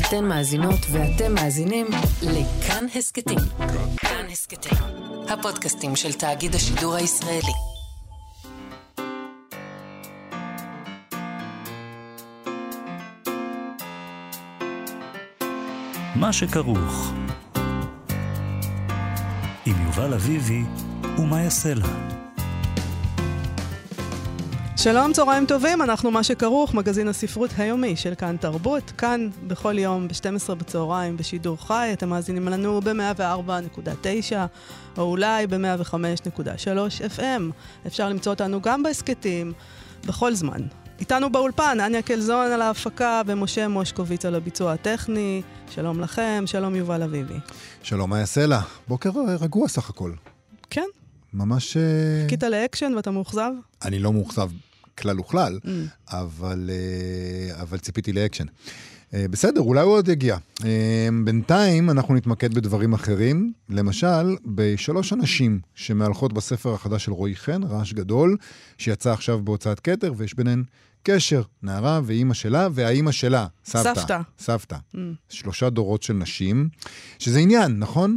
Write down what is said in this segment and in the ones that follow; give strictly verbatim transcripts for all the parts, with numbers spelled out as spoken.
אתן מאזינות ואתם מאזינים לכאן הסקטים. כאן הסקטים, הפודקאסטים של תאגיד השידור הישראלי. מה שכרוך עם יובל אביבי ומה יעשה לה. שלום, צהריים טובים, אנחנו מה שכרוך, מגזין הספרות היומי של כאן תרבות, כאן בכל יום ב-שתים עשרה בצהריים בשידור חי, אתם מאזינים לנו ב-מאה וארבע נקודה תשע או אולי ב-מאה וחמש נקודה שלוש אף אם. אפשר למצוא אותנו גם בהסקטים בכל זמן. איתנו באולפן, אניה קלזון על ההפקה ומשה מושקוביץ על הביצוע הטכני. שלום לכם, שלום יובל אביבי. שלום, מה יעשה לה? בוקר רגוע סך הכל. כן. ממש... חיכית לאקשן ואתה מאוכזב? אני לא מאוכזב כלל וכלל, mm. אבל, אבל ציפיתי לאקשן. בסדר, אולי הוא עוד יגיע. בינתיים אנחנו נתמקד בדברים אחרים, למשל, בשלוש אנשים שמהלכות בספר החדש של רועי חן, רעש גדול, שיצא עכשיו בהוצאת כתר, ויש ביניהן קשר, נערה ואימא שלה, והאימא שלה, סבתא. סבתא. סבתא. Mm. שלושה דורות של נשים, שזה עניין, נכון?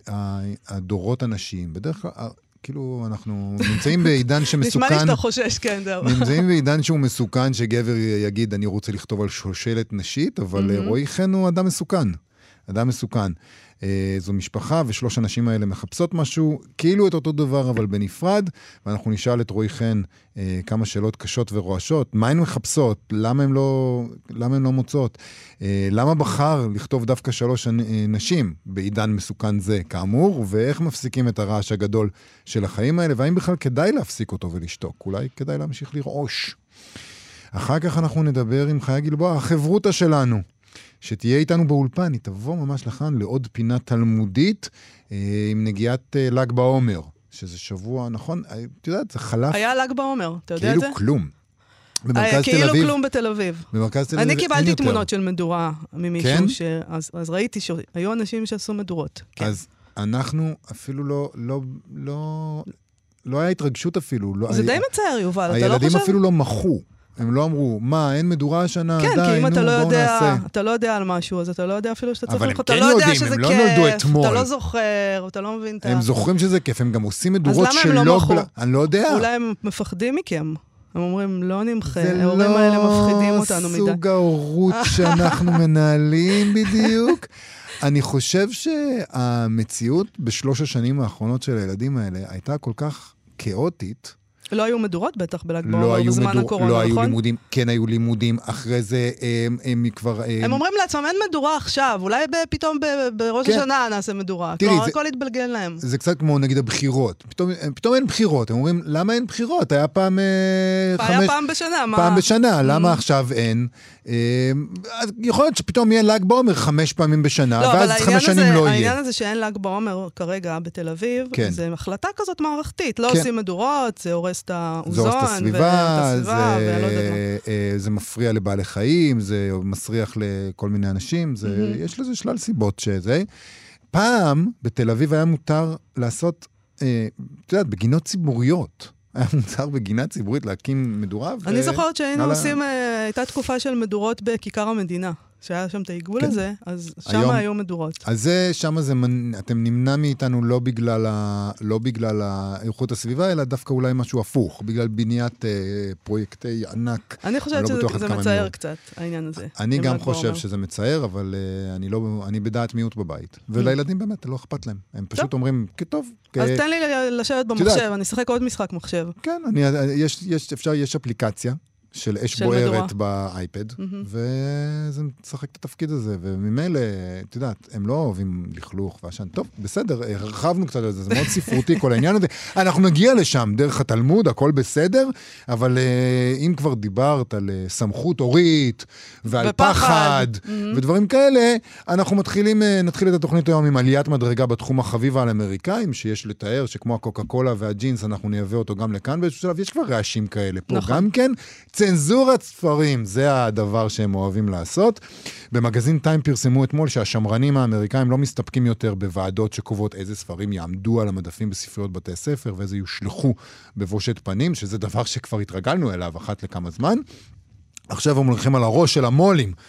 הדורות הנשים, בדרך כלל... כאילו, אנחנו נמצאים בעידן שמסוכן... נשמע לי שאתה חושש, כן, זהו. נמצאים בעידן שהוא מסוכן, שגבר יגיד, אני רוצה לכתוב על שושלת נשית, אבל רועי חן הוא אדם מסוכן. אדם מסוכן. זו משפחה, ושלוש אנשים האלה מחפשות משהו, כאילו את אותו דבר, אבל בנפרד, ואנחנו נשאל את רועי חן כמה שאלות קשות ורועשות. מה הן מחפשות? למה הן לא, למה הן לא מוצאות? למה בחר לכתוב דווקא שלוש נשים בעידן מסוכן זה, כאמור, ואיך מפסיקים את הרעש הגדול של החיים האלה, והאם בכלל כדאי להפסיק אותו ולשתוק? אולי כדאי להמשיך לרעוש. אחר כך אנחנו נדבר עם חיה גלבוע, החברותה שלנו. שתהיה איתנו באולפן, היא תבוא ממש לכאן לעוד פינה תלמודית אה, עם נגיעת אה, ל"ג בעומר, שזה שבוע, נכון? את יודעת, זה חלף... היה ל"ג בעומר, אתה יודע את זה? כאילו כלום. במרכז תל אביב. כאילו כלום בתל אביב. במרכז תל אביב אני קיבלתי תמונות של מדורה ממישהו, כן? ש... אז, אז ראיתי שהיו אנשים שעשו מדורות. כן. אז אנחנו אפילו לא, לא, לא, לא היה התרגשות אפילו. לא, זה היה... די מצער, יובל, אתה לא חושב? הילדים אפילו לא מחו. הם לא אמרו, מה, אין מדורה השנה? כן, די, כי אם נו, אתה לא יודע, נעשה. אתה לא יודע על משהו, אז אתה לא יודע אפילו שאתה צריך אבל הם אתה כן לא יודע יודעים, שזה הם לא כיף, נולדו אתמול. אתה לא זוכר, אתה לא מבין את ה... הם זוכרים שזה כיף, הם גם עושים מדורות אז שלא... למה הם לא מחו? בלה... אני לא יודע. אולי הם מפחדים מכם. הם אומרים, לא נמחה, זה ההורים לא האלה מפחידים אותנו מדי. סוג ההורות שאנחנו מנהלים בדיוק. אני חושב שהמציאות בשלוש השנים האחרונות של הילדים האלה הייתה כל כך כאוטית, לא היו מדורות בטח בל"ג לא בעומר בזמן מדור, הקורונה, לא נכון? היו לימודים, כן היו לימודים, אחרי זה הם, הם כבר... הם, הם אומרים לעצמם, אין מדורה עכשיו, אולי פתאום בראש כן. השנה נעשה מדורה. תראי, כלומר, זה, הכל יתבלגן להם. זה קצת כמו נגיד הבחירות. פתאום, פתאום אין בחירות. הם אומרים, למה אין בחירות? היה פעם... היה חמש, פעם בשנה, מה? פעם בשנה, למה עכשיו אין? אז יכול להיות שפתאום יהיה ל"ג בעומר חמש פעמים בשנה, לא, ואז חמש שנים הזה, לא יהיה. העניין הזה שאין ל"ג בעומר כרגע בתל אביב, כן. זה החלטה כזאת מערכתית. לא כן. עושים מדורות, זה הורס את האוזון. זה הורס את הסביבה, זה, זה, זה מפריע לבעלי חיים, זה מסריח לכל מיני אנשים, זה, mm-hmm. יש לזה שלל סיבות שזה. פעם בתל אביב היה מותר לעשות, אה, אתה יודעת, בגינות ציבוריות. היה מוצר בגינה ציבורית להקים מדורה. אני ו... זוכרת שהיינו נעלה... עושים, הייתה תקופה של מדורות בכיכר המדינה, שהיה שם את העיגול כן. הזה, אז שם היום... היו מדורות. אז זה, שם זה, אתם נמנע מאיתנו לא בגלל, ה... לא בגלל איכות הסביבה, אלא דווקא אולי משהו הפוך, בגלל בניית אה, פרויקטי ענק. אני חושבת לא שזה מצער קצת, העניין הזה. אני גם חושב אומר. שזה מצער, אבל אה, אני, לא, אני בדעת מיעוט בבית. ולילדים באמת, לא אכפת להם. הם פשוט טוב. אומרים, כטוב. אז כ... תן לי לשבת במחשב, אני אשחק עוד משחק מחשב. כן, אני, יש, יש, אפשר, יש אפליקציה. של אש של בוערת באייפד, mm-hmm. וזה משחק את התפקיד הזה, וממילא, את יודעת, הם לא אוהבים לכלוך ועשן. טוב, בסדר, הרחבנו קצת על זה, זה מאוד ספרותי כל העניין הזה. אנחנו נגיע לשם דרך התלמוד, הכל בסדר, אבל אם כבר דיברת על סמכות הורית, ועל ופחד, פחד, mm-hmm. ודברים כאלה, אנחנו מתחילים, נתחיל את התוכנית היום עם עליית מדרגה בתחום החביב על אמריקאים, שיש לתאר שכמו הקוקה קולה והג'ינס, אנחנו נייבא אותו גם לכאן באיזשהו שלב, יש כבר רעשים כאלה פה, נכון. גם כן, צנזורת ספרים, זה הדבר שהם אוהבים לעשות. במגזין טיים פרסמו אתמול שהשמרנים האמריקאים לא מסתפקים יותר בוועדות שקובעות איזה ספרים יעמדו על המדפים בספריות בתי ספר, ואיזה יושלחו בבושת פנים, שזה דבר שכבר התרגלנו אליו אחת לכמה זמן. עכשיו הם הולכים על הראש של המולים,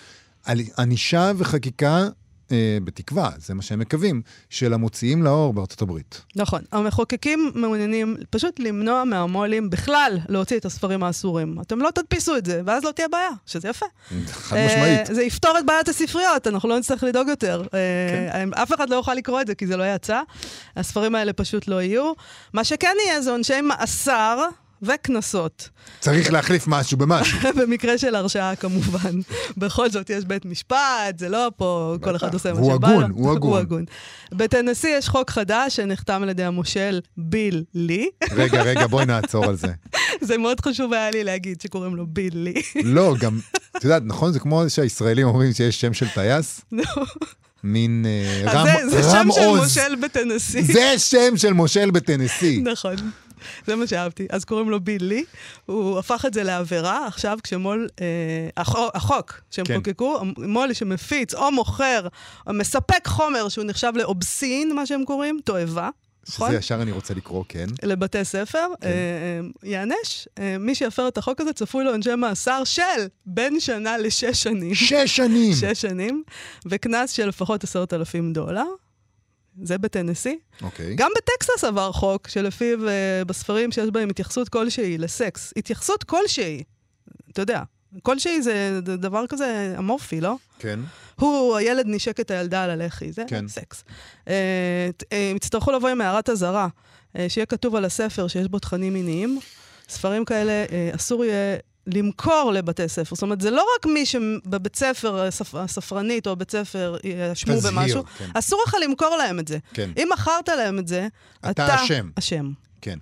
ענישה וחקיקה, בתקווה, זה מה שהם מקווים, של המוציאים לאור בארצות הברית. נכון. המחוקקים מעוניינים פשוט למנוע מהמו"לים בכלל להוציא את הספרים האסורים. אתם לא תדפיסו את זה, ואז לא תהיה בעיה, שזה יפה. חד משמעית. זה יפתור את בעיית הספריות, אנחנו לא נצטרך לדאוג יותר. אף אחד לא יוכל לקרוא את זה, כי זה לא יצא. הספרים האלה פשוט לא יהיו. מה שכן יהיה, זה עונשי מאסר וכנסות. צריך להחליף משהו במשהו. במקרה של הרשעה, כמובן. בכל זאת, יש בית משפט, זה לא פה, כל אחד עושה מה שבא לו. הוא הגון, הוא הגון. הוא הגון. בטנסי יש חוק חדש שנחתם על ידי המושל ביל לי. רגע, רגע, בואי נעצור על זה. זה מאוד חשוב היה לי להגיד שקוראים לו ביל לי. לא, גם, את יודעת, נכון? זה כמו שהישראלים אומרים שיש שם של טייס? לא. מין רם עוז. זה שם של מושל בטנסי. זה שם של מושל בטנסי. נכון. זה מה שאהבתי. אז קוראים לו ביל לי, הוא הפך את זה לעבירה, עכשיו כשמול, אה, החוק שהם כן. חוקקו, מול שמפיץ או מוכר, או מספק חומר שהוא נחשב לאובסין, מה שהם קוראים, תועבה. שזה נכון? ישר אני רוצה לקרוא, כן. לבתי ספר, כן. אה, יענש. אה, מי שיפר את החוק הזה צפוי לו עונשי מאסר של בין שנה לשש שנים. שש שנים! שש שנים, וכנס של לפחות עשרת אלפים דולר. זה בטנסי. אוקיי. גם בטקסס עבר חוק שלפיו uh, בספרים שיש בהם התייחסות כלשהי לסקס. התייחסות כלשהי, אתה יודע, כלשהי זה דבר כזה אמורפי, לא? כן. הוא, הילד נשק את הילדה על הלחי, זה כן. סקס. Uh, uh, מצטרכו לבוא עם הערת הזרה, uh, שיהיה כתוב על הספר שיש בו תכנים מיניים. ספרים כאלה uh, אסור יהיה למכור לבתי ספר. זאת אומרת, זה לא רק מי שבבית ספר, הספרנית או בית ספר, ישמו במשהו. כן. אסור לך למכור להם את זה. כן. אם מכרת להם את זה, אתה, אתה אשם. אשם. כן.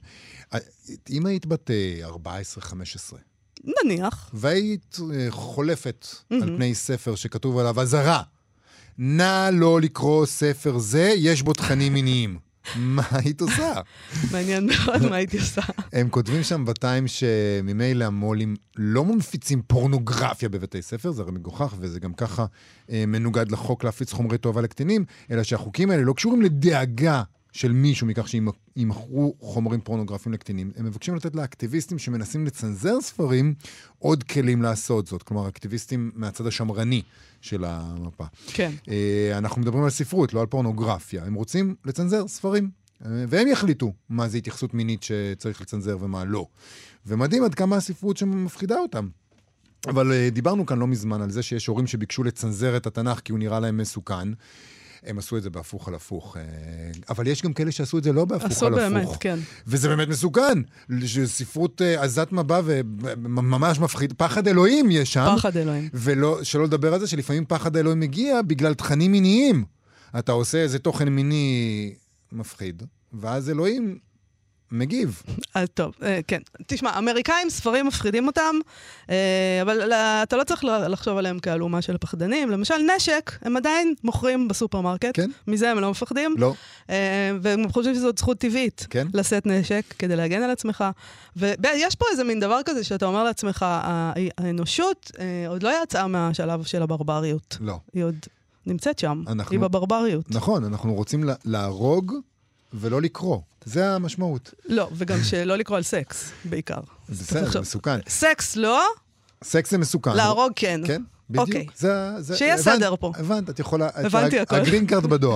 אם היית בת ארבע עשרה חמש עשרה, נניח. והיית חולפת mm-hmm. על פני ספר שכתוב עליו הזרה, נא לא לקרוא ספר זה, יש בו תכנים מיניים. מה היית עושה? מעניין מאוד מה הייתי עושה. הם כותבים שם בתיים שממילא המו"לים לא מנפיצים פורנוגרפיה בבתי ספר, זה הרי מגוחך, וזה גם ככה אה, מנוגד לחוק להפיץ חומרי תועבה לקטינים, אלא שהחוקים האלה לא קשורים לדאגה של מישהו מכך שימכרו חומרים פורנוגרפיים לקטינים. הם מבקשים לתת לאקטיביסטים שמנסים לצנזר ספרים עוד כלים לעשות זאת. כלומר, אקטיביסטים מהצד השמרני של המפה. כן. אנחנו מדברים על ספרות, לא על פורנוגרפיה. הם רוצים לצנזר ספרים, והם יחליטו מה זה התייחסות מינית שצריך לצנזר ומה לא. ומדהים עד כמה הספרות שמפחידה אותם. אבל דיברנו כאן לא מזמן על זה שיש הורים שביקשו לצנזר את התנ"ך כי הוא נראה להם מסוכן. הם עשו את זה בהפוך על הפוך. אבל יש גם כאלה שעשו את זה לא בהפוך על הפוך. עשו באמת, כן. וזה באמת מסוכן. ספרות עזת מבא וממש מפחיד. פחד אלוהים יש שם. פחד אלוהים. ושלא לדבר על זה שלפעמים פחד אלוהים מגיע בגלל תכנים מיניים. אתה עושה איזה תוכן מיני מפחיד, ואז אלוהים מגיב. אז טוב, כן. תשמע, אמריקאים ספרים מפחידים אותם, אבל אתה לא צריך לחשוב עליהם כאלומה של פחדנים. למשל, נשק, הם עדיין מוכרים בסופרמרקט. כן. מזה הם לא מפחדים. לא. והם חושבים שזאת זכות טבעית. כן. לשאת נשק כדי להגן על עצמך. ויש פה איזה מין דבר כזה שאתה אומר לעצמך, האנושות עוד לא יצאה מהשלב של הברבריות. לא. היא עוד נמצאת שם. היא בברבריות. נכון, אנחנו רוצים להרוג ולא לקרוא. זה המשמעות. לא, וגם שלא לקרוא על סקס, בעיקר. בסדר, זה מסוכן. סקס לא? סקס זה מסוכן. להרוג כן. כן, בדיוק. אוקיי. זה, זה, שיהיה הבנ... סדר פה. הבנת, את יכולה... הבנתי הכל. הגרין קארד בדואר.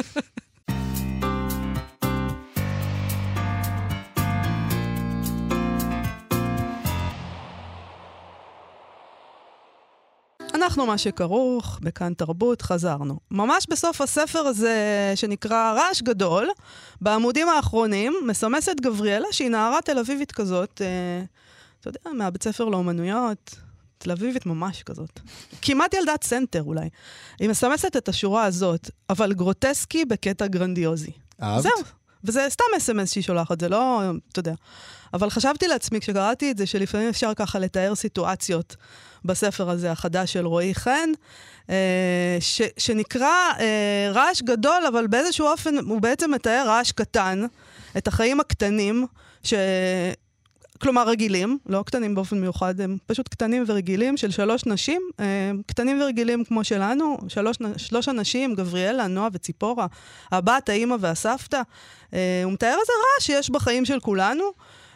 אנחנו מה שכרוך, בכאן תרבות, חזרנו. ממש בסוף הספר הזה, שנקרא רעש גדול, בעמודים האחרונים, מסמסת גבריאלה, שהיא נערה תל אביבית כזאת, אה, אתה יודע, מהבית ספר לאומנויות, תל אביבית ממש כזאת. כמעט ילדת סנטר אולי. היא מסמסת את השורה הזאת, אבל גרוטסקי בקטע גרנדיוזי. אהבת? זהו. וזה סתם אס אם אס שהיא שולחת, זה לא, אתה יודע. אבל חשבתי לעצמי, כשקראתי את זה, שלפעמים אפשר ככה לתאר סיטואציות בספר הזה, החדש של רועי חן, ש, שנקרא רעש גדול, אבל באיזשהו אופן הוא בעצם מתאר רעש קטן, את החיים הקטנים, ש... כלומר רגילים, לא קטנים באופן מיוחד, הם פשוט קטנים ורגילים של שלוש נשים, קטנים ורגילים כמו שלנו, שלוש, שלוש אנשים, גבריאלה, נועה וציפורה, הבת, האמא והסבתא. הוא מתאר איזה רעש שיש בחיים של כולנו,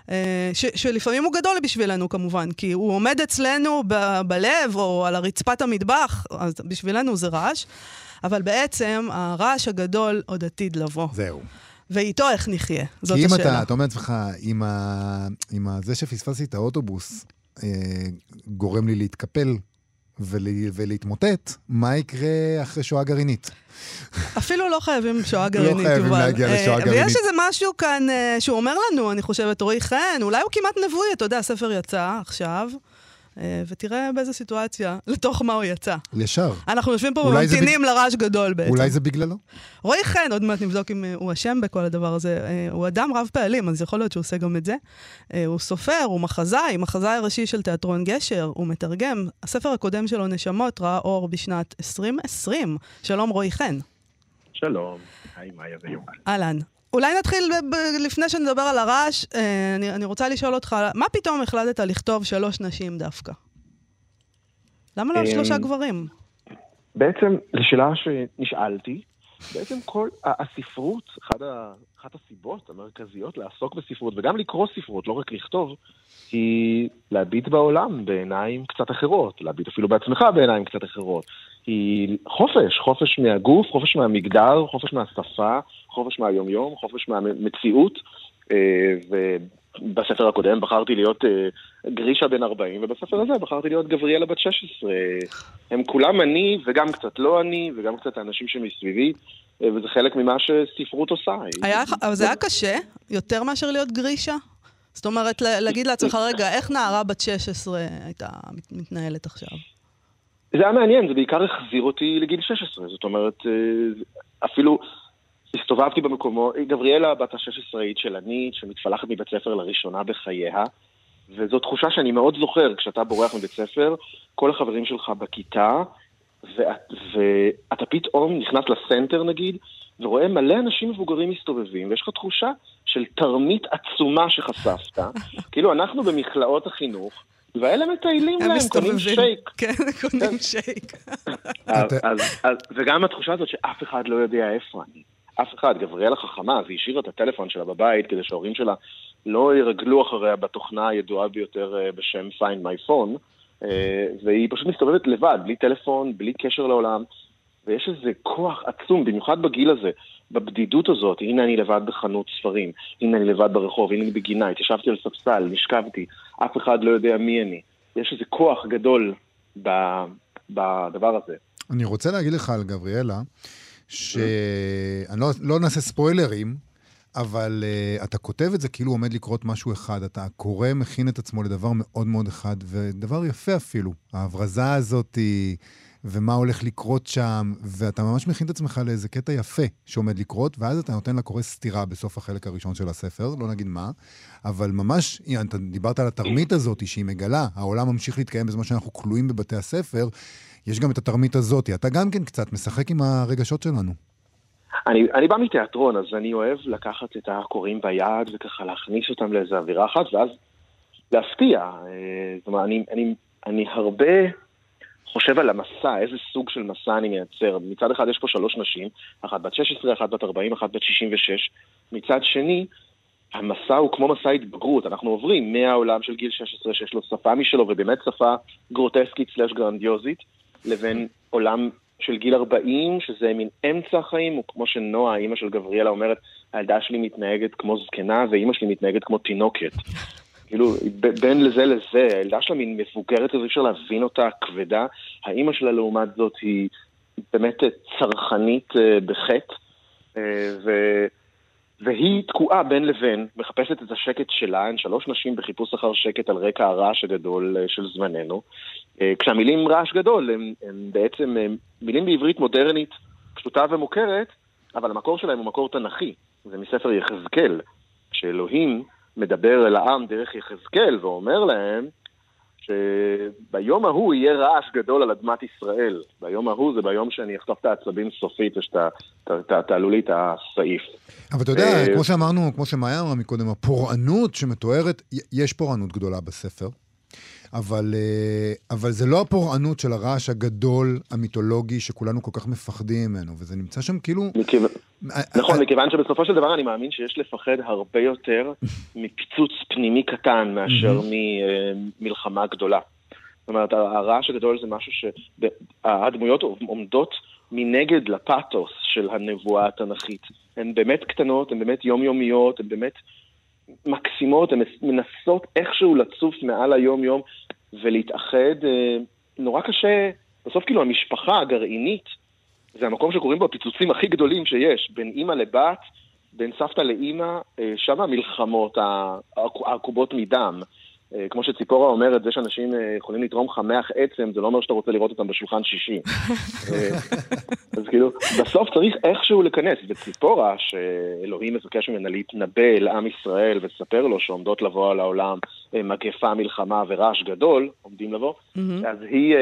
ש, שלפעמים הוא גדול בשבילנו כמובן, כי הוא עומד אצלנו ב, בלב או על הרצפת המטבח, אז בשבילנו זה רעש, אבל בעצם הרעש הגדול עוד עתיד לבוא. זהו. ואיתו איך נחיה, זאת כי אם השאלה. אתה, אתה אומר לעצמך, עם, ה, עם ה, זה שפספסתי את האוטובוס, אה, גורם לי להתקפל ולה, ולהתמוטט, מה יקרה אחרי שואה גרעינית? אפילו לא חייבים שואה גרעינית. לא חייבים להגיע לשואה גרעינית. ויש איזה משהו כאן שהוא אומר לנו, אני חושבת, רועי חן, אולי הוא כמעט נבואי, אתה יודע, הספר יצא עכשיו, ותראה באיזה סיטואציה, לתוך מה הוא יצא. ישר. אנחנו יושבים פה וממתינים בג... לרעש גדול בעצם. אולי זה בגללו? רועי חן, עוד מעט נבדוק אם הוא אשם בכל הדבר הזה. הוא אדם רב פעלים, אז יכול להיות שהוא עושה גם את זה. הוא סופר, הוא מחזאי, מחזאי הראשי של תיאטרון גשר, הוא מתרגם. הספר הקודם שלו, נשמות, ראה אור בשנת עשרים עשרים. שלום רועי חן. שלום. היי, מאיה ויובל. אהלן. אולי נתחיל ב- לפני שנדבר על הרעש, אה, אני, אני רוצה לשאול אותך, מה פתאום החלטת לכתוב שלוש נשים דווקא? למה לא שלושה גברים? בעצם, זו שאלה שנשאלתי, בעצם כל הספרות, אחד ה, אחת הסיבות המרכזיות לעסוק בספרות, וגם לקרוא ספרות, לא רק לכתוב, היא להביט בעולם בעיניים קצת אחרות, להביט אפילו בעצמך בעיניים קצת אחרות. היא חופש, חופש מהגוף, חופש מהמגדר, חופש מהשפה, חופש מהיומיום, חופש מהמציאות, ובספר הקודם בחרתי להיות גרישה בן ארבעים, ובספר הזה בחרתי להיות גבריאלה בת שש עשרה. הם כולם אני, וגם קצת לא אני, וגם קצת האנשים שמסביבי, וזה חלק ממה שספרות עושה. אבל זה היה קשה, יותר מאשר להיות גרישה? זאת אומרת, להגיד לעצמך, רגע, איך נערה בת שש עשרה הייתה מתנהלת עכשיו? זה היה מעניין, זה בעיקר החזיר אותי לגיל שש עשרה, זאת אומרת, אפילו הסתובבתי במקומו, גבריאלה בת ה-שש עשרה היא שלנית, שמתפלחת מבית ספר לראשונה בחייה, וזו תחושה שאני מאוד זוכר, כשאתה בורח מבית ספר, כל החברים שלך בכיתה, ואת, ואתה פתאום נכנס לסנטר נגיד, ורואה מלא אנשים מבוגרים מסתובבים, ויש לך תחושה של תרמית עצומה שחשפת, כאילו אנחנו במכלאות החינוך, ואלה מטיילים להם, קונים שייק. כן, קונים שייק. וגם התחושה הזאת שאף אחד לא יודע איפה אני. אף אחד, גבריאלה חכמה, אז היא השאירה את הטלפון שלה בבית, כדי שההורים שלה לא ירגלו אחריה בתוכנה הידועה ביותר בשם Find My Phone, והיא פשוט מסתובבת לבד, בלי טלפון, בלי קשר לעולם, ויש איזה כוח עצום, במיוחד בגיל הזה, בבדידות הזאת, הנה אני לבד בחנות ספרים, הנה אני לבד ברחוב, הנה אני בגינה, התיישבתי על ספסל, נשכבתי, אף אחד לא יודע מי אני. יש איזה כוח גדול בדבר הזה. אני רוצה להגיד לך על גבריאלה, שאני לא, לא נעשה ספוילרים, אבל uh, אתה כותב את זה כאילו עומד לקרות משהו אחד, אתה קורא, מכין את עצמו לדבר מאוד מאוד אחד, ודבר יפה אפילו, ההברזה הזאת היא... ומה הולך לקרות שם, ואתה ממש מכין את עצמך לאיזה קטע יפה שעומד לקרות, ואז אתה נותן לקורא סתירה בסוף החלק הראשון של הספר, לא נגיד מה, אבל ממש, אתה דיברת על התרמית הזאת שהיא מגלה, העולם ממשיך להתקיים בזמן שאנחנו כלואים בבתי הספר, יש גם את התרמית הזאת, אתה גם כן קצת משחק עם הרגשות שלנו. אני, אני בא מתיאטרון, אז אני אוהב לקחת את הקוראים ביד, וככה להכניס אותם לאיזו אווירה אחת, ואז להפתיע. זאת אומרת, אני, אני, אני הרבה... חושב על המסע, איזה סוג של מסע אני מייצר. מצד אחד יש פה שלוש נשים, אחת בת שש עשרה, אחת בת ארבעים, אחת בת שישים ושש. מצד שני, המסע הוא כמו מסע התבגרות. אנחנו עוברים מהעולם של גיל שש עשרה, שיש לו שפה משלו, ובאמת שפה גרוטסקית סלש גרנדיוזית, לבין עולם של גיל ארבעים, שזה מין אמצע החיים, וכמו שנועה, האמא של גבריאלה, אומרת, הילדה שלי מתנהגת כמו זקנה, ואמא שלי מתנהגת כמו תינוקת. כאילו, בין לזה לזה, הילדה שלה מין מבוגרת, אז אפשר להבין אותה כבדה. האמא שלה לעומת זאת היא באמת צרכנית בחטא, ו... והיא תקועה בין לבין, מחפשת את השקט שלה, הן שלוש נשים בחיפוש אחר שקט על רקע הרעש הגדול של זמננו. כשהמילים רעש גדול, הם, הם בעצם הם מילים בעברית מודרנית, פשוטה ומוכרת, אבל המקור שלהם הוא מקור תנכי. זה מספר יחזקאל, שאלוהים מדבר אל העם דרך יחזקאל, ואומר להם שביום ההוא יהיה רעש גדול על אדמת ישראל. ביום ההוא זה ביום שאני אחטוף את העצבים סופית, ושתעלו לי את הסעיף. אבל אתה יודע, כמו שאמרנו, כמו שמאיה אמרה מקודם, הפורענות שמתוארת, יש פורענות גדולה בספר, אבל, אבל זה לא הפורענות של הרעש הגדול, המיתולוגי, שכולנו כל כך מפחדים ממנו, וזה נמצא שם כאילו נכון, מכיוון שבסופו של דבר אני מאמין שיש לפחד הרבה יותר מפיצוץ פנימי קטן מאשר ממלחמה גדולה. זאת אומרת, הרעש הגדול זה משהו שהדמויות עומדות מנגד לפאתוס של הנבואה התנ"כית. הן באמת קטנות, הן באמת יומיומיות, הן באמת מקסימות, הן מנסות איכשהו לצוף מעל היום-יום ולהתאחד. נורא קשה, בסוף כאילו המשפחה הגרעינית, זה המקום שקוראים בו הפיצוצים הכי גדולים שיש, בין אמא לבת, בין סבתא לאמא, שם המלחמות, העקובות מדם. כמו שציפורה אומרת, זה שאנשים יכולים לתרום חמח עצם, זה לא אומר שאתה רוצה לראות אותם בשולחן שישי. אז כאילו, בסוף צריך איכשהו לכנס, וציפורה, שאלוהים מבקש ממנה להתנבא אל עם ישראל, וספר לו שעומדות לבוא על העולם מגפה, מלחמה ורעש גדול, עומדים לבוא, אז היא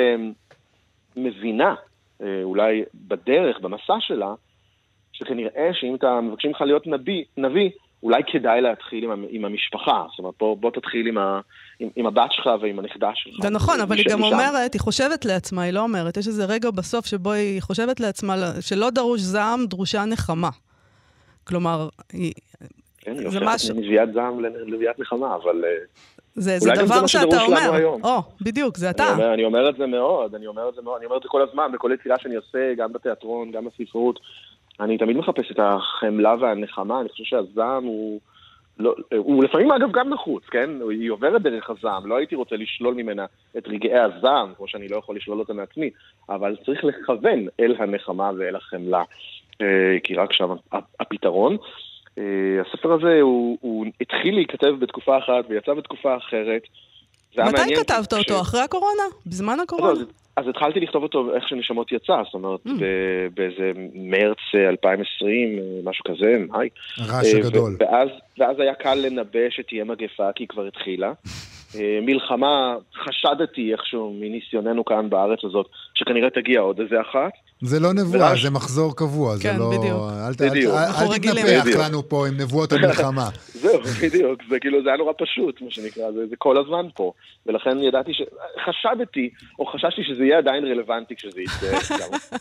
מבינה, אולי בדרך, במסע שלה, שכנראה שאם אתה מבקשים לך להיות נביא, נביא, אולי כדאי להתחיל עם, עם המשפחה. זאת אומרת, בוא, בוא תתחיל עם, ה, עם, עם הבת שלך ועם הנכדה שלך. זה נכון, אבל היא גם אומרת, היא חושבת לעצמה, היא לא אומרת, יש איזה רגע בסוף שבו היא חושבת לעצמה שלא דרוש זעם, דרושה נחמה. כלומר, היא... כן, היא הופכת משהו... מנביאת זעם לנביאת נחמה, אבל... זה, זה דבר שאתה אומר. או, בדיוק, זה אתה. אני אומר, אני אומר את זה מאוד, אני אומר את זה מאוד, אני אומר את זה כל הזמן, בכל יצירה שאני עושה, גם בתיאטרון, גם בספרות. אני תמיד מחפש את החמלה והנחמה, אני חושב שהזעם הוא, לא, הוא לפעמים אגב גם נחוץ, כן? היא עוברת דרך הזעם, לא הייתי רוצה לשלול ממנה את רגעי הזעם, כמו שאני לא יכול לשלול אותה מעצמי, אבל צריך לכוון אל הנחמה ואל החמלה, כי רק שם הפתרון. הספר הזה הוא, הוא התחיל להיכתב בתקופה אחת ויצא בתקופה אחרת. מתי כתבת אותו? אחרי הקורונה? בזמן הקורונה? אז התחלתי לכתוב אותו איך שנשמות יצא, זאת אומרת, באיזה מרץ אלפיים ועשרים, משהו כזה, היי. הרעש הגדול. ואז היה קל לנבא שתהיה מגפה, כי היא כבר התחילה. מלחמה, חשדתי איכשהו מניסיוננו כאן בארץ הזאת, שכנראה תגיע עוד איזה אחת. זה לא נבואה, זה מחזור קבוע. כן, בדיוק. אל תתנפח לנו פה עם נבואות המלחמה. זהו, בדיוק. זה כאילו, זה היה נורא פשוט, מה שנקרא, זה כל הזמן פה. ולכן ידעתי ש... חשדתי, או חששתי שזה יהיה עדיין רלוונטי כשזה יצא.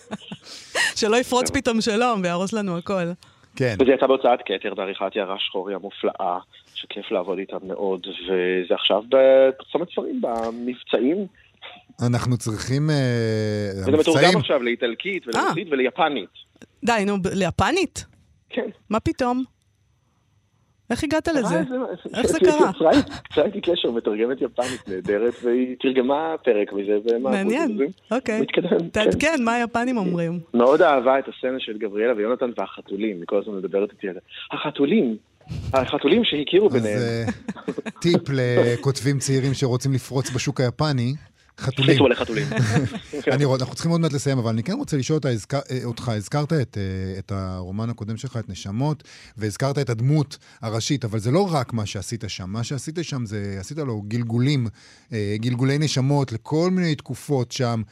שלא יפרוץ פתאום שלום ויהרוס לנו הכל. כן. וזה יצא בהוצאת כתר, בעריכת יערה שחורי המופלאה, שכיף לעבוד איתה מאוד, וזה עכשיו בצומת ספרים, במבצעים. אנחנו צריכים... וזה מתורגם עכשיו לאיטלקית ולרוסית וליפנית. די, נו, ליפנית? כן. מה פתאום? איך הגעת לזה? איך זה קרה? קצרה איתי קשר, מתרגמת יפנית נהדרת, והיא תרגמה פרק מזה. מעניין, אוקיי. תעדכן, מה היפנים אומרים? מאוד אהבה את הסצנה של גבריאלה ויונתן והחתולים, מכל הזמן מדברת איתי על זה. החתולים, החתולים שהכירו ביניהם. אז טיפ לכותבים צעירים שרוצים לפרוץ בשוק היפני, חתולים. חיתו לחתולים. אנחנו צריכים עוד מעט לסיים, אבל אני כן רוצה לשאול אותך, הזכרת את הרומן הקודם שלך, את נשמות, והזכרת את הדמות הראשית, אבל זה לא רק מה שעשית שם. מה שעשית שם זה, עשית לו גלגולים, גלגולי נשמות לכל מיני תקופות שם,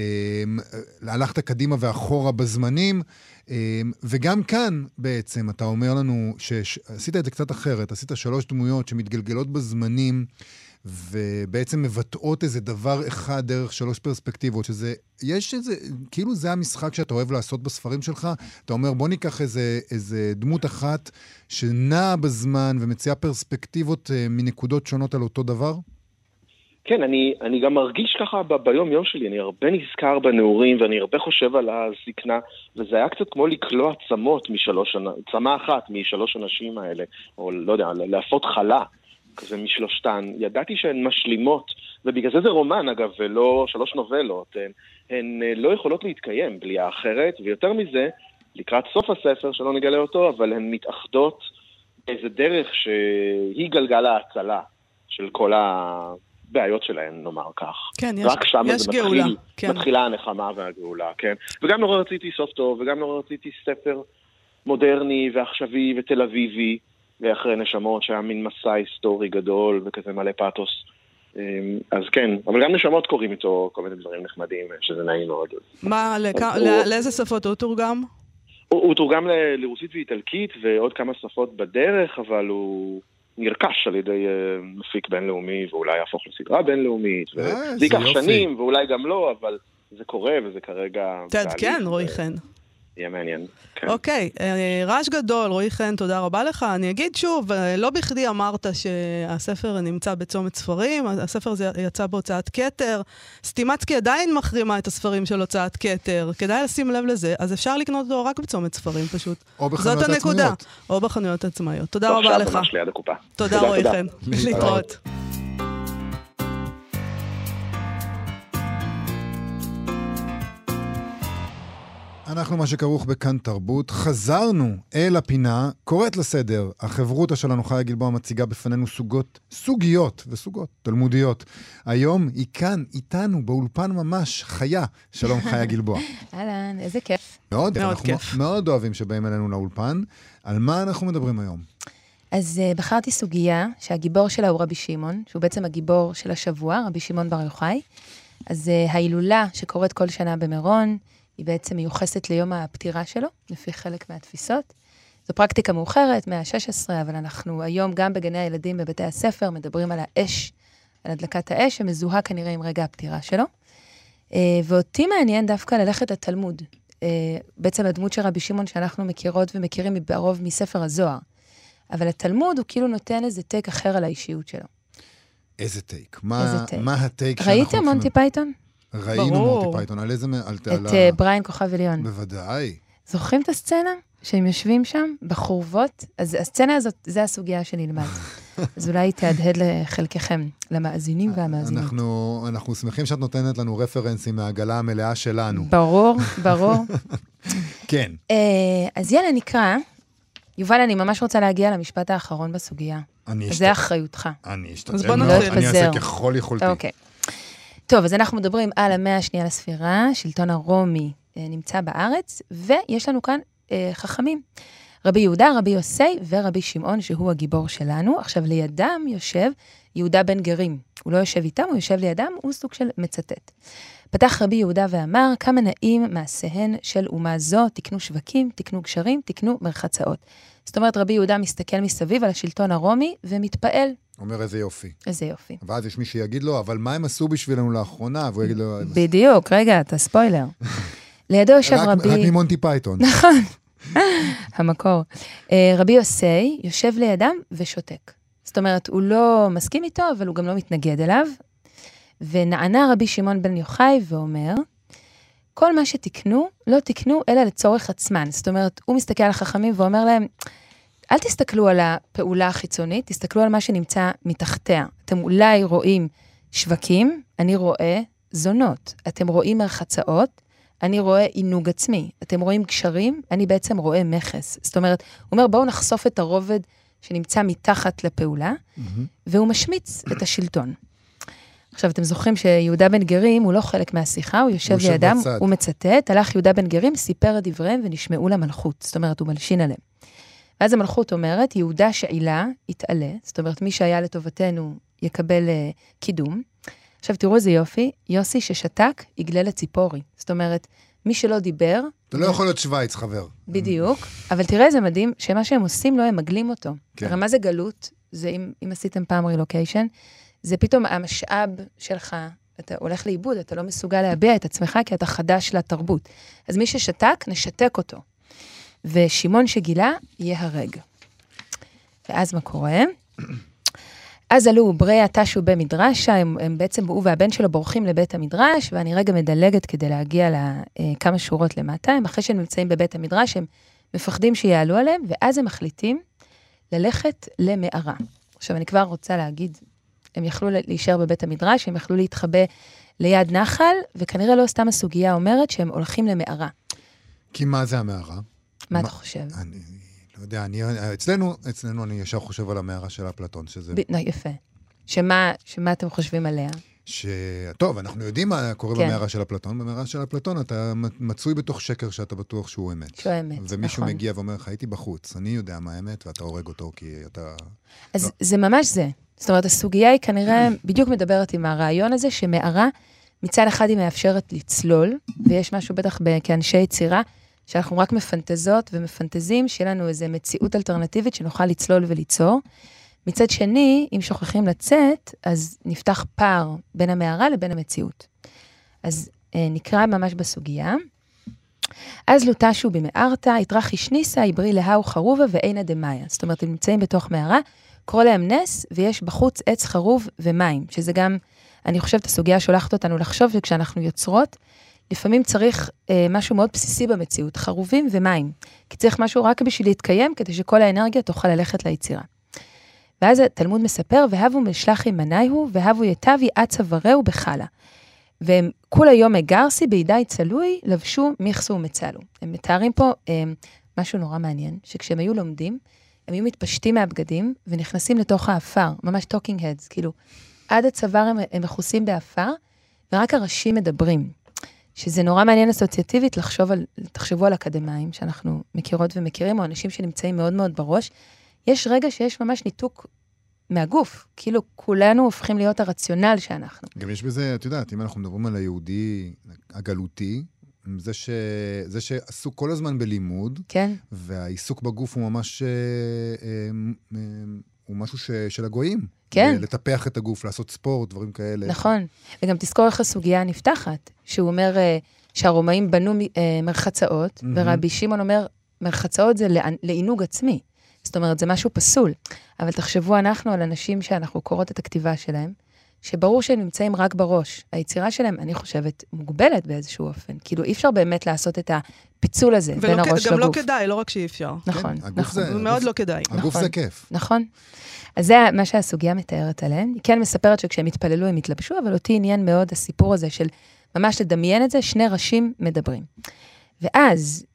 הלכת קדימה ואחורה בזמנים, וגם כאן בעצם אתה אומר לנו שעשית את זה קצת אחרת, עשית שלוש דמויות שמתגלגלות בזמנים, ובעצם מבטאות איזה דבר אחד דרך שלוש פרספקטיבות, שזה, יש איזה, כאילו זה המשחק שאתה אוהב לעשות בספרים שלך, אתה אומר בוא ניקח איזה, איזה דמות אחת שנעה בזמן ומציעה פרספקטיבות מנקודות שונות על אותו דבר? כן, אני, אני גם מרגיש ככה ב- ביום יום שלי, אני הרבה נזכר בנעורים ואני הרבה חושב על הזקנה, וזה היה קצת כמו לקלוע צמות משלוש, צמה אחת משלוש אנשים האלה, או לא יודע, להפות חלה. כזה משלושתן, ידעתי שהן משלימות, ובגלל זה זה רומן אגב, ולא שלוש נובלות, הן, הן לא יכולות להתקיים בלי האחרת, ויותר מזה, לקראת סוף הספר, שלא נגלה אותו, אבל הן מתאחדות באיזה דרך שהיא גלגל ההצלה של כל הבעיות שלהן, נאמר כך. כן, יש, רק שם יש גאולה. מתחיל, כן. מתחילה הנחמה והגאולה, כן. וגם נורא רציתי סוף טוב, וגם נורא רציתי ספר מודרני ועכשווי ותל אביבי, ואחרי נשמות שהיה מין מסע היסטורי גדול וכזה מלא פאטוס. אז כן, אבל גם נשמות קוראים איתו כל מיני דברים נחמדים, שזה נעים מאוד. מה, לאיזה שפות הוא תורגם? הוא תורגם לרוסית ואיטלקית ועוד כמה שפות בדרך, אבל הוא נרכש על ידי מפיק בינלאומי ואולי יהפוך לסדרה בינלאומית. זה ייקח שנים ואולי גם לא, אבל זה קורה וזה כרגע... תעדכן, רועי חן. יהיה מעניין. כן. אוקיי, רעש גדול, רועי חן, תודה רבה לך. אני אגיד שוב, לא בכדי אמרת שהספר נמצא בצומת ספרים, הספר הזה יצא בהוצאת כתר, סטימצקי עדיין מחרימה את הספרים של הוצאת כתר, כדאי לשים לב לזה, אז אפשר לקנות אותו רק בצומת ספרים פשוט. או בחנויות עצמאיות. או בחנויות עצמאיות. תודה רבה לך. ממש ליד הקופה. תודה רועי חן. להתראות. אנחנו מה שכרוך בכאן תרבות, חזרנו אל הפינה, קוראת לסדר, החברותה שלנו חיה גלבוע מציגה בפנינו סוגות, סוגיות וסוגות תלמודיות. היום היא כאן איתנו באולפן ממש חיה, שלום חיה גלבוע. אהלן, איזה כיף. מאוד, מאוד כיף. מאוד אוהבים שבאים אלינו לאולפן. על מה אנחנו מדברים היום? אז uh, בחרתי סוגיה שהגיבור שלה הוא רבי שמעון, שהוא בעצם הגיבור של השבוע, רבי שמעון בר יוחאי. אז uh, ההילולה שקורית כל שנה במירון, היא בעצם מיוחסת ליום הפטירה שלו, לפי חלק מהתפיסות. זו פרקטיקה מאוחרת, מאה ה-שש עשרה, אבל אנחנו היום גם בגני הילדים בבתי הספר מדברים על האש, על הדלקת האש, שמזוהה כנראה עם רגע הפטירה שלו. ואותי מעניין דווקא ללכת לתלמוד. בעצם הדמות של רבי שמעון שאנחנו מכירות ומכירים ברוב מספר הזוהר. אבל התלמוד הוא כאילו נותן איזה טייק אחר על האישיות שלו. איזה טייק? מה, מה הטייק שאנחנו... ראיתם מונטי פייתון? ראינו מונטי פייתון, על איזה... את בריין כוכב עליון. בוודאי. זוכרים את הסצנה? שהם יושבים שם, בחורבות? אז הסצנה הזאת, זה הסוגיה שנלמד. אז אולי תהדהד לחלקכם, למאזינים והמאזינות. אנחנו, אנחנו שמחים שאת נותנת לנו רפרנסים מהעגלה המלאה שלנו. ברור, ברור. כן. אז יאללה, נקרא. יובל, אני ממש רוצה להגיע למשפט האחרון בסוגיה. אני אשתדל. זה אחריותך. אני אשתדל. אני אעשה ככל יכולתי. אוקיי. טוב, אז אנחנו מדברים על המאה השנייה לספירה, שלטון הרומי נמצא בארץ, ויש לנו כאן אה, חכמים. רבי יהודה, רבי יוסי ורבי שמעון, שהוא הגיבור שלנו. עכשיו, לידם יושב יהודה בן גרים. הוא לא יושב איתם, הוא יושב לידם, הוא סוג של מצטט. פתח רבי יהודה ואמר, כמה נעים מעשיהן של אומה זו, תקנו שווקים, תקנו גשרים, תקנו מרחצאות. זאת אומרת, רבי יהודה מסתכל מסביב על השלטון הרומי ומתפעל. אומר איזה יופי. איזה יופי. ואז יש מי שיגיד לו, אבל מה הם עשו בשבילנו לאחרונה? והוא יגיד לו... בדיוק, רגע, אתה ספוילר. לידו יושב רבי... רק ממונטי פייתון. נכון. המקור. רבי יוסי יושב לידם ושותק. זאת אומרת, הוא לא מסכים איתו, אבל הוא גם לא מתנגד אליו. ונענה רבי שמעון בן יוחאי ואומר, כל מה שתקנו, לא תקנו אלא לצורך עצמן. זאת אומרת, הוא מסתכל על החכמים ואומר להם, אל תסתכלו על הפעולה החיצונית, תסתכלו על מה שנמצא מתחתיה. אתם אולי רואים שווקים, אני רואה זונות. אתם רואים מרחצאות, אני רואה עינוג עצמי. אתם רואים גשרים, אני בעצם רואה מכס. זאת אומרת, הוא אומר, בואו נחשוף את הרובד שנמצא מתחת לפעולה, והוא משמיץ את השלטון. עכשיו, אתם זוכרים שיהודה בן גרים הוא לא חלק מהשיחה, הוא יושב לידם, הוא מצטט, הלך יהודה בן גרים, סיפר את דבריהם ונשמעו למלכות. זאת אומרת, הוא מלשין עליהם. ואז המלכות אומרת, יהודה שעילה יתעלה, זאת אומרת, מי שהיה לטובתנו יקבל uh, קידום. עכשיו, תראו איזה יופי, יוסי ששתק יגלה לציפורי. זאת אומרת, מי שלא דיבר... אתה לא יכול להיות שוויץ, חבר. בדיוק, אבל תראה איזה מדהים, שמה שהם עושים לו, הם מגלים אותו. כן. הרי מה זה גלות? זה אם, אם עשיתם פעם רילוקיישן, זה פתאום המשאב שלך, אתה הולך לאיבוד, אתה לא מסוגל להביע את עצמך, כי אתה חדש לתרבות. אז מי ששתק, נשתק אותו. ושמעון שגילה, יהרג. ואז מה קורה? אז עלו ברי התשו במדרשה, הם, הם בעצם, הוא והבן שלו בורחים לבית המדרש, ואני רגע מדלגת כדי להגיע לכמה שורות למטה, הם אחרי שהם נמצאים בבית המדרש, הם מפחדים שיעלו עליהם, ואז הם מחליטים ללכת למערה. עכשיו אני כבר רוצה להגיד, הם יכלו להישאר בבית המדרש, הם יכלו להתחבא ליד נחל, וכנראה לא סתם הסוגיה אומרת שהם הולכים למערה. כי מה זה המערה? מה אתה חושב? אני לא יודע, אני, אצלנו, אצלנו אני ישר חושב על המערה של אפלטון, שזה... ב... יפה. שמה, שמה אתם חושבים עליה? ש... טוב, אנחנו יודעים מה קורה כן. במערה של אפלטון. במערה של אפלטון אתה מצוי בתוך שקר שאתה בטוח שהוא אמת. שהוא אמת, ומישהו נכון. מגיע ואומר לך, הייתי בחוץ, אני יודע מה האמת, ואתה הורג אותו כי אתה... אז לא. זה ממש זה. זאת אומרת, הסוגיה היא כנראה בדיוק מדברת עם הרעיון הזה, שמערה מצד אחד היא מאפשרת לצלול, ויש משהו בטח כאנשי יצירה, שאנחנו רק מפנטזות ומפנטזים, שיהיה לנו איזו מציאות אלטרנטיבית שנוכל לצלול וליצור. מצד שני, אם שוכחים לצאת, אז נפתח פער בין המערה לבין המציאות. אז אה, נקרא ממש בסוגיה. אז לוטשו במארתה, יתרח ישניסה, יברי להאו חרובה ואינה דמיה. זאת אומרת, הם נמצאים בתוך מערה, קורא להם נס, ויש בחוץ עץ חרוב ומים, שזה גם, אני חושבת, הסוגיה שולחת אותנו לחשוב שכשאנחנו יוצרות, לפעמים צריך אה, משהו מאוד בסיסי במציאות, חרובים ומים. כי צריך משהו רק בשביל להתקיים, כדי שכל האנרגיה תוכל ללכת ליצירה. ואז התלמוד מספר, והבו משלחי מנייהו, והבו יתבי עצה ורהו בחלה. והם כול היום מגרסי בידי צלוי, לבשו מיכסו ומצלו. הם מתארים פה אה, משהו נורא מעניין, שכשהם היו לומדים, הם היו מתפשטים מהבגדים, ונכנסים לתוך האפר, ממש talking heads, כאילו, עד הצוואר הם, הם מכוסים באפר, ורק הראשים מדברים. שזה נורא מעניין אסוציאטיבית לחשוב על, תחשבו על אקדמיים, שאנחנו מכירות ומכירים, או אנשים שנמצאים מאוד מאוד בראש. יש רגע שיש ממש ניתוק מהגוף, כאילו כולנו הופכים להיות הרציונל שאנחנו. גם יש בזה, את יודעת, אם אנחנו מדברים על היהודי הגלותי, זה, ש... זה שעסוק כל הזמן בלימוד, כן. והעיסוק בגוף הוא ממש, הוא משהו ש... של הגויים. כן. לטפח את הגוף, לעשות ספורט, דברים כאלה. נכון. וגם תזכור איך הסוגיה הנפתחת, שהוא אומר שהרומאים בנו מרחצאות, mm-hmm. ורבי שמעון אומר, מרחצאות זה לעינוג עצמי. זאת אומרת, זה משהו פסול. אבל תחשבו אנחנו על אנשים שאנחנו קוראות את הכתיבה שלהם, שברור שהם נמצאים רק בראש. היצירה שלהם, אני חושבת, מוגבלת באיזשהו אופן. כאילו, אי אפשר באמת לעשות את הפיצול הזה בין הראש לגוף. גם לא כדאי, לא רק שאי אפשר. נכון, נכון. זה מאוד לא כדאי. הגוף זה כיף. נכון. אז זה מה שהסוגיה מתארת עליהם. היא כן מספרת שכשהם התפללו הם התלבשו, אבל אותי עניין מאוד הסיפור הזה של ממש לדמיין את זה, שני ראשים מדברים. ואז,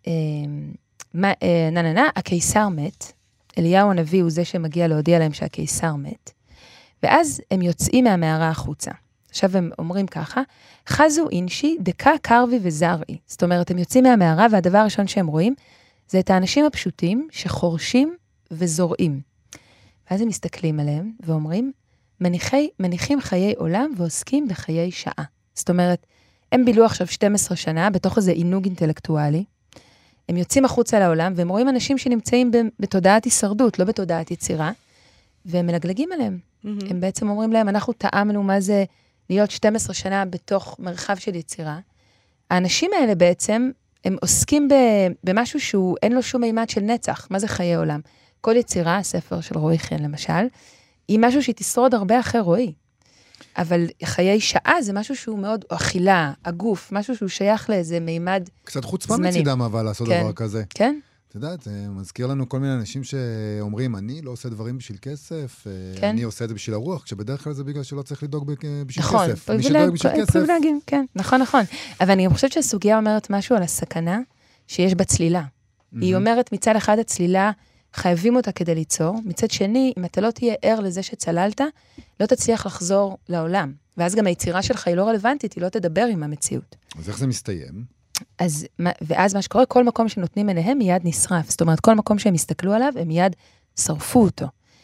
נננה, הקיסר מת, אליהו הנביא הוא זה שמגיע להודיע להם שהקיסר מת, ואז הם יוצאים מהמערה החוצה. עכשיו הם אומרים ככה, חזו אינשי דקה קרבי וזרעי. זאת אומרת, הם יוצאים מהמערה, והדבר הראשון שהם רואים, זה את האנשים הפשוטים שחורשים וזורעים. ואז הם מסתכלים עליהם ואומרים, מניחי, מניחים חיי עולם ועוסקים בחיי שעה. זאת אומרת, הם בילו עכשיו שתים עשרה שנה בתוך איזה עינוג אינטלקטואלי, הם יוצאים החוצה לעולם, והם רואים אנשים שנמצאים בתודעת הישרדות, לא בתודעת יצירה, והם מלגלגים עליהם. Mm-hmm. הם בעצם אומרים להם, אנחנו טעמנו מה זה להיות שתים עשרה שנה בתוך מרחב של יצירה. האנשים האלה בעצם, הם עוסקים במשהו שהוא, אין לו שום מימד של נצח. מה זה חיי עולם? כל יצירה, הספר של רועי חן למשל, היא משהו שהיא תשרוד הרבה אחרי רועי. אבל חיי שעה זה משהו שהוא מאוד, אכילה, הגוף, משהו שהוא שייך לאיזה מימד זמני. קצת חוצפה מצידם אבל לעשות כן, דבר כזה. כן. את יודעת, זה מזכיר לנו כל מיני אנשים שאומרים, אני לא עושה דברים בשביל כסף, כן. אני עושה את זה בשביל הרוח, כשבדרך כלל זה בגלל שלא צריך לדאוג בשביל נכון, כסף. מי שדואג בשביל כסף. פריבילגים, כן, נכון, נכון. אבל אני חושבת שהסוגיה אומרת משהו על הסכנה שיש בצלילה. Mm-hmm. היא אומרת מצד אחד הצלילה, חייבים אותה כדי ליצור, מצד שני, אם אתה לא תהיה ער לזה שצללת, לא תצליח לחזור לעולם. ואז גם היצירה שלך היא לא רלוונטית, היא לא תדבר עם המציאות. אז איך זה מסתיים? אז, ואז מה שקורה, כל מקום שנותנים אליהם מיד נשרף. זאת אומרת, כל מקום שהם הסתכלו עליו, הם מיד שרפו אותו.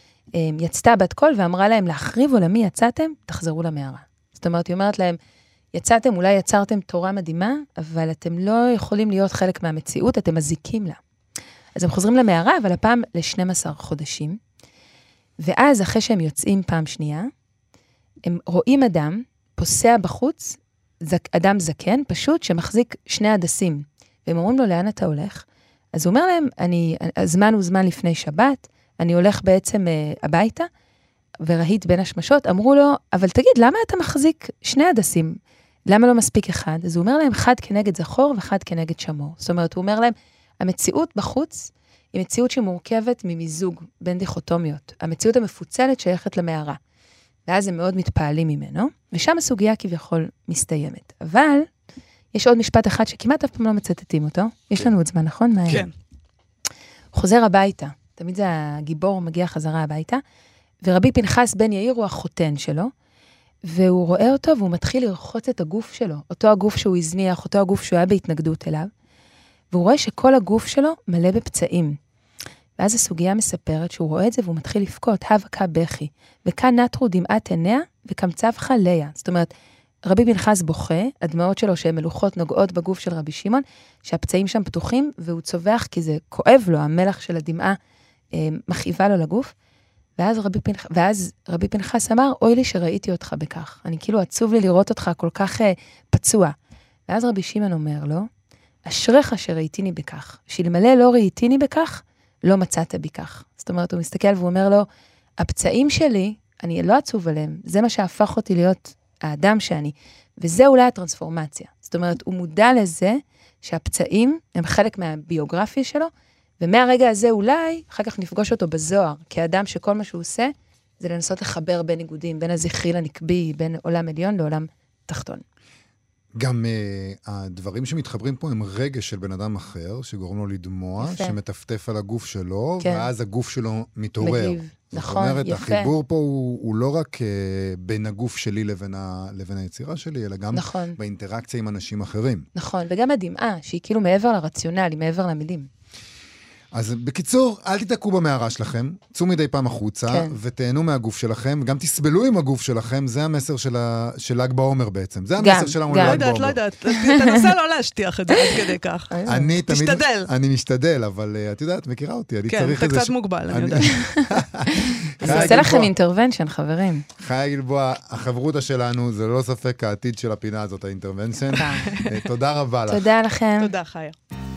יצתה בת קול ואמרה להם, להחריב עולמי יצאתם, תחזרו למערה. זאת אומרת, היא אומרת להם, יצאתם, אולי יצרתם תורה מדהימה, אבל אתם לא יכולים להיות חלק מהמציאות, אתם מזיקים לה. אז הם חוזרים למערה, אבל הפעם ל-שנים עשר חודשים, ואז אחרי שהם יוצאים פעם שנייה, הם רואים אדם, פוסע בחוץ, אדם זקן, פשוט, שמחזיק שני הדסים, והם אומרים לו, לאן אתה הולך? אז הוא אומר להם, אני, הזמן הוא זמן לפני שבת, אני הולך בעצם uh, הביתה, ורהיט בין השמשות, אמרו לו, אבל תגיד, למה אתה מחזיק שני הדסים? למה לא מספיק אחד? אז הוא אומר להם, חד כנגד זכור וחד כנגד שמור. זאת אומרת, הוא אומר להם, המציאות בחוץ היא מציאות שמורכבת ממיזוג בין דיכוטומיות. המציאות המפוצלת שייכת למערה. ואז הם מאוד מתפעלים ממנו, ושם הסוגיה כביכול מסתיימת. אבל יש עוד משפט אחד שכמעט אף פעם לא מצטטים אותו. יש לנו עוד זמן, נכון? כן. הוא חוזר הביתה. תמיד זה הגיבור מגיע חזרה הביתה, ורבי פנחס בן יאיר הוא החותן שלו, והוא רואה אותו והוא מתחיל לרחוץ את הגוף שלו. אותו הגוף שהוא הזניח, אותו הגוף שהוא היה בהתנגדות אליו. והוא רואה שכל הגוף שלו מלא בפצעים. ואז הסוגיה מספרת שהוא רואה את זה והוא מתחיל לפקות, הבקה בכי, וכאן נטרו דמעת עיניה וקמצבך ליה. זאת אומרת, רבי פנחס בוכה, הדמעות שלו שהן מלוכות נוגעות בגוף של רבי שמעון, שהפצעים שם פתוחים, והוא צובח כי זה כואב לו, המלח של הדמעה אה, מכאיבה לו לגוף. ואז רבי, פנח... ואז רבי פנחס אמר, אוי לי שראיתי אותך בכך. אני כאילו עצוב לי לראות אותך כל כך אה, פצוע. ואז רבי שמעון אומר לו, אשריך שראיתיני בכך, שאלמלא לא ראיתיני בכך, לא מצאת בי כך. זאת אומרת, הוא מסתכל והוא אומר לו, הפצעים שלי, אני לא עצוב עליהם, זה מה שהפך אותי להיות האדם שאני, וזה אולי הטרנספורמציה. זאת אומרת, הוא מודע לזה שהפצעים הם חלק מהביוגרפיה שלו, ומהרגע הזה אולי, אחר כך נפגוש אותו בזוהר, כאדם שכל מה שהוא עושה, זה לנסות לחבר בין ניגודים, בין הזכרי לנקבי, בין עולם עליון לעולם תחתון. גם uh, הדברים שמתחברים פה הם רגש של בן אדם אחר, שגורם לו לדמוע, יפה. שמטפטף על הגוף שלו, כן. ואז הגוף שלו מתעורר. מגיב, נכון, יפה. זאת אומרת, החיבור פה הוא, הוא לא רק uh, בין הגוף שלי לבין, ה, לבין היצירה שלי, אלא גם נכון. באינטראקציה עם אנשים אחרים. נכון, וגם הדמעה, שהיא כאילו מעבר לרציונל, היא מעבר למילים. אז בקיצור, אל תתעקו במערה שלכם, צאו מדי פעם החוצה, כן. ותהנו מהגוף שלכם, גם תסבלו עם הגוף שלכם, זה המסר של, ה... של ל"ג בעומר בעצם. זה המסר שלנו ל"ג בעומר. לא יודעת, לא יודעת. תנסה לא להשתיח את זה עד כדי כך. אני תמיד... תשתדל. אני משתדל, אבל את יודעת, מכירה אותי, אני צריך כן, איזה... אתה קצת מוגבל, אני יודעת. אז נעשה לכם אינטרוונשן, חברים. חיה גלבוע, החברותה שלנו, זה לא ספק העתיד של הפינה הזאת, האינטרוונשן. תודה רבה לך. תודה לכם. תודה, חיה.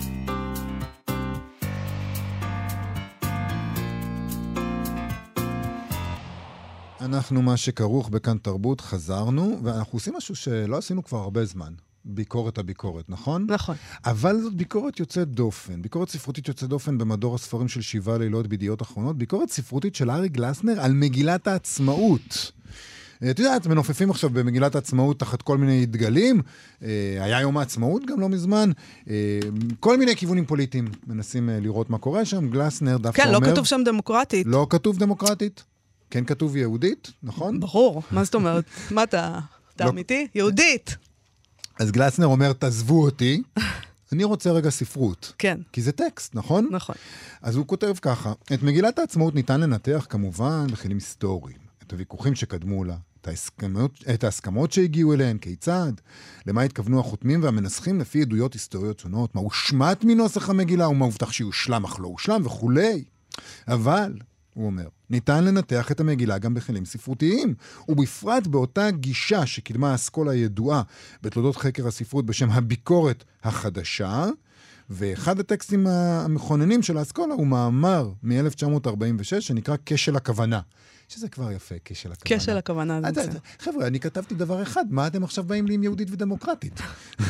אנחנו מה שכרוך בכאן תרבות, חזרנו, ואנחנו עושים משהו שלא עשינו כבר הרבה זמן. ביקורת הביקורת, נכון? נכון. אבל זאת ביקורת יוצאת דופן. ביקורת ספרותית יוצאת דופן במדור הספרים של שבעה לילות בידיעות אחרונות. ביקורת ספרותית של ארי גלסנר על מגילת העצמאות. את יודעת, מנופפים עכשיו במגילת העצמאות תחת כל מיני דגלים. היה יום העצמאות גם לא מזמן. כל מיני כיוונים פוליטיים מנסים לראות מה קורה שם. גלסנר דווקא אומר... כן, לא כתוב שם דמוקרטית. לא כתוב דמוקרטית. כן כתוב יהודית, נכון? ברור, מה זאת אומרת? מה אתה, אתה אמיתי? יהודית. אז גלסנר אומר, תעזבו אותי, אני רוצה רגע ספרות. כן. כי זה טקסט, נכון? נכון. אז הוא כותב ככה, את מגילת העצמאות ניתן לנתח כמובן בכלים היסטוריים, את הוויכוחים שקדמו לה, את ההסכמות, את ההסכמות שהגיעו אליהן, כיצד, למה התכוונו החותמים והמנסחים לפי עדויות היסטוריות שונות, מה הושמט מנוסח המגילה ומה הובטח שיושלם אך לא הושלם וכולי. אבל... הוא אומר, ניתן לנתח את המגילה גם בכלים ספרותיים, ובפרט באותה גישה שקידמה האסכולה הידועה בתולדות חקר הספרות בשם הביקורת החדשה, ואחד הטקסטים המכוננים של האסכולה הוא מאמר מ-אלף תשע מאות ארבעים ושש שנקרא כשל הכוונה. שזה כבר יפה, כשל הכוונה. כשל הכוונה. חבר'ה, אני כתבתי דבר אחד, מה אתם עכשיו באים לי עם יהודית ודמוקרטית?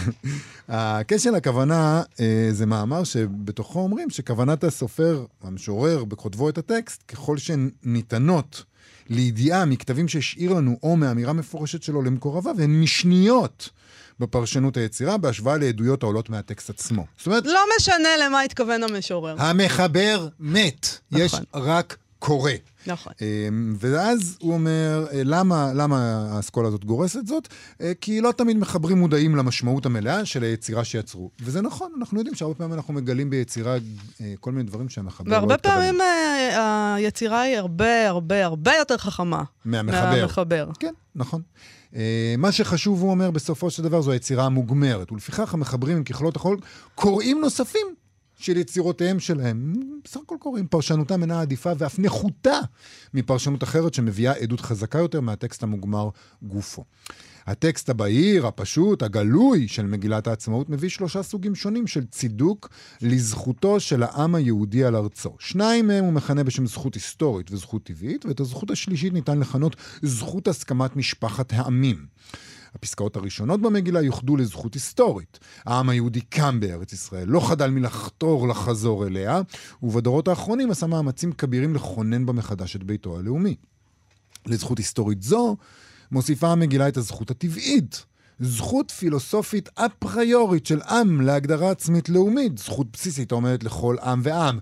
כשל הכוונה זה מאמר שבתוכו אומרים שכוונת הסופר, המשורר, בכותבו את הטקסט, ככל שניתנות לידיעה מכתבים שהשאיר לנו או מאמירה מפורשת שלו למקורביו, הן משניות בפרשנות היצירה, בהשוואה לעדויות העולות מהטקסט עצמו. זאת אומרת... לא משנה למה התכוון המשורר. המחבר מת. נכון. יש רק קורא. נכון. ואז הוא אומר, למה, למה האסכולה הזאת גורסת זאת? כי לא תמיד מחברים מודעים למשמעות המלאה של היצירה שיצרו. וזה נכון, אנחנו יודעים שהרבה פעמים אנחנו מגלים ביצירה כל מיני דברים שהמחבר לא התכוון. והרבה פעמים היצירה היא הרבה, הרבה, הרבה יותר חכמה. מהמחבר. מהמחבר. כן, נכון. מה שחשוב, הוא אומר, בסופו של דבר, זו היצירה המוגמרת. ולפיכך המחברים עם ככלות החול קוראים נוספים של יצירותיהם שלהם. בסך הכל קוראים, פרשנותם אינה עדיפה ואף נחותה מפרשנות אחרת שמביאה עדות חזקה יותר מהטקסט המוגמר גופו. הטקסט הבהיר, הפשוט, הגלוי של מגילת העצמאות מביא שלושה סוגים שונים של צידוק לזכותו של העם היהודי על ארצו. שניים מהם הוא מכנה בשם זכות היסטורית וזכות טבעית, ואת הזכות השלישית ניתן לכנות זכות הסכמת משפחת העמים. הפסקאות הראשונות במגילה יוחדו לזכות היסטורית. העם היהודי קם בארץ ישראל, לא חדל מלחתור לחזור אליה, ובדורות האחרונים עשה מאמצים כבירים לכונן במחדש את ביתו הלאומי. לזכות היסטורית זו מוסיפה המגילה את הזכות הטבעית, זכות פילוסופית אפריורית של עם להגדרה עצמית לאומית, זכות בסיסית עומדת לכל עם ועם.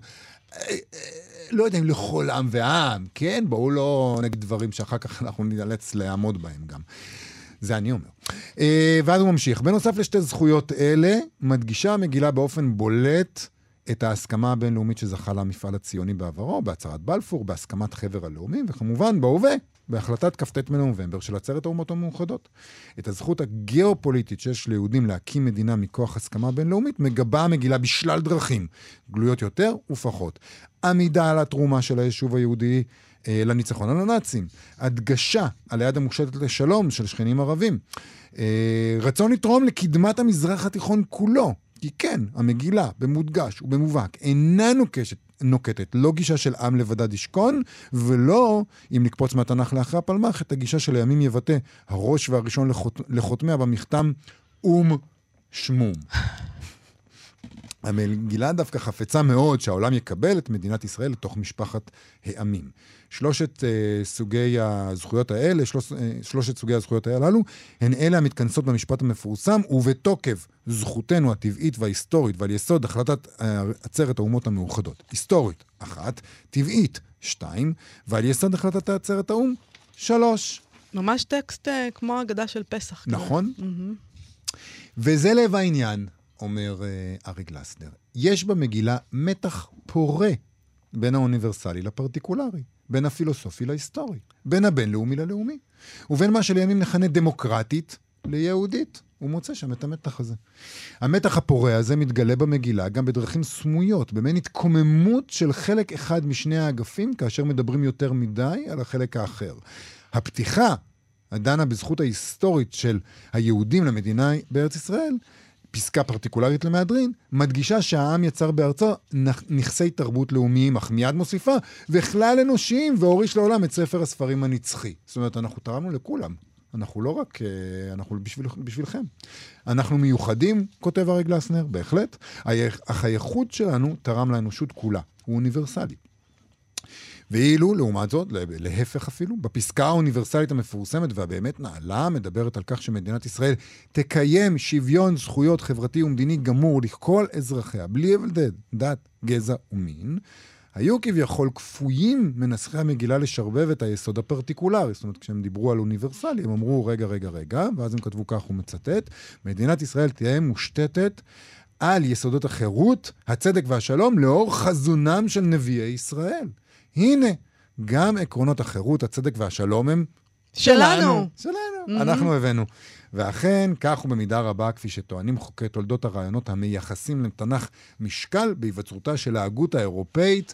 לא יודע אם לכל עם ועם, כן? בואו לא נגיד דברים שאחר כך אנחנו נאלץ לעמוד בהם גם. זה אני אומר. ואז הוא ממשיך. בנוסף לשתי זכויות אלה, מדגישה המגילה באופן בולט את ההסכמה הבינלאומית שזכה למפעל הציוני בעברו, בהצהרת בלפור, בהסכמת חבר הלאומים, וכמובן בהווה, בהחלטת כ"ט בנובמבר של עצרת האומות המאוחדות. את הזכות הגיאופוליטית שיש ליהודים להקים מדינה מכוח הסכמה בינלאומית, מגבה המגילה בשלל דרכים, גלויות יותר ופחות. עמידה על התרומה של היישוב היהודי אה, לניצחון על הנאצים, הדגשה על היד המושטת לשלום של שכנים ערבים, אה, רצון לתרום לקדמת המזרח התיכון כולו, כי כן, המגילה, במודגש ובמובהק, אינה נוקשת, נוקטת, לא גישה של עם לבדד ישכון, ולא, אם נקפוץ מהתנ"ך לאחרי הפלמ"ח, את הגישה של הימים יבטא הראש והראשון לחות, לחותמיה במכתם אום שמום. המגילה דווקא חפצה מאוד שהעולם יקבל את מדינת ישראל לתוך משפחת העמים. שלושת uh, סוגי הזכויות האלה, שלוש, uh, שלושת סוגי הזכויות הללו, הן אלה המתכנסות במשפט המפורסם, ובתוקף זכותנו הטבעית וההיסטורית, ועל יסוד החלטת uh, עצרת האומות המאוחדות. היסטורית, אחת, טבעית, שתיים, ועל יסוד החלטת עצרת האום, שלוש. ממש טקסט uh, כמו הגדה של פסח. נכון. Mm-hmm. וזה לב העניין. אומר uh, ארי גלסנר, יש במגילה מתח פורה בין האוניברסלי לפרטיקולרי, בין הפילוסופי להיסטורי, בין הבינלאומי ללאומי, ובין מה שלימים נכנה דמוקרטית ליהודית. הוא מוצא שם את המתח הזה. המתח הפורה הזה מתגלה במגילה גם בדרכים סמויות, במין התקוממות של חלק אחד משני האגפים, כאשר מדברים יותר מדי על החלק האחר. הפתיחה, הדנה בזכות ההיסטורית של היהודים למדינה בארץ ישראל, פסקה פרטיקולרית למהדרין, מדגישה שהעם יצר בארצו נכסי תרבות לאומיים, אך מיד מוסיפה, וכלל אנושיים, והוריש לעולם את ספר הספרים הנצחי. זאת אומרת, אנחנו תרמנו לכולם. אנחנו לא רק, אנחנו בשביל, בשבילכם. אנחנו מיוחדים, כותב ארי גלסנר, בהחלט, אך הייחוד שלנו תרם לאנושות כולה. הוא אוניברסלי. ואילו, לעומת זאת, להפך אפילו, בפסקה האוניברסלית המפורסמת והבאמת נעלה, מדברת על כך שמדינת ישראל תקיים שוויון זכויות חברתי ומדיני גמור לכל אזרחיה, בלי הבדל דת, גזע ומין, היו כביכול כפויים מנסחי המגילה לשרבב את היסוד הפרטיקולרי. זאת אומרת, כשהם דיברו על אוניברסלי, הם אמרו רגע, רגע, רגע, ואז הם כתבו כך ומצטט, מדינת ישראל תהיה מושתתת על יסודות החירות, הצדק והשלום, לאור חזונם של נביאי ישראל. הנה, גם עקרונות החירות, הצדק והשלום הם שלנו. שלנו, mm-hmm. אנחנו הבאנו. ואכן, כך הוא במידה רבה, כפי שטוענים חוקי תולדות הרעיונות המייחסים לתנ"ך משקל בהיווצרותה של ההגות האירופאית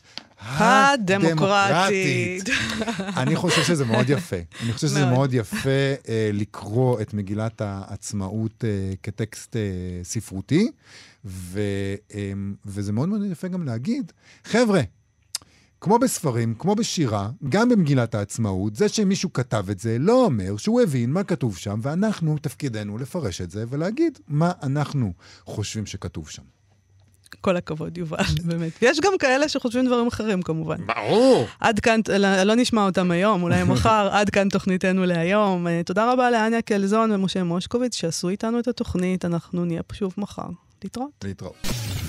הדמוקרטית. אני חושב שזה מאוד יפה. אני חושב שזה מאוד יפה אה, לקרוא את מגילת העצמאות אה, כטקסט אה, ספרותי, ו, אה, וזה מאוד מאוד יפה גם להגיד, חבר'ה, כמו בספרים, כמו בשירה, גם במגילת העצמאות, זה שמישהו כתב את זה לא אומר שהוא הבין מה כתוב שם, ואנחנו תפקידנו לפרש את זה ולהגיד מה אנחנו חושבים שכתוב שם. כל הכבוד, יובל, באמת. יש גם כאלה שחושבים דברים אחרים, כמובן. ברור! עד כאן, לא נשמע אותם היום, אולי מחר, עד כאן תוכניתנו להיום. תודה רבה לאניה קלזון ומשה מושקוביץ שעשו איתנו את התוכנית. אנחנו נהיה שוב מחר. להתראות. להתראות.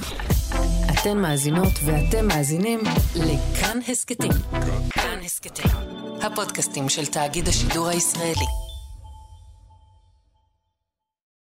אתן מאזינות ואתם מאזינים לכאן הסקטים. כאן הסקטים, הפודקאסטים של תאגיד השידור הישראלי.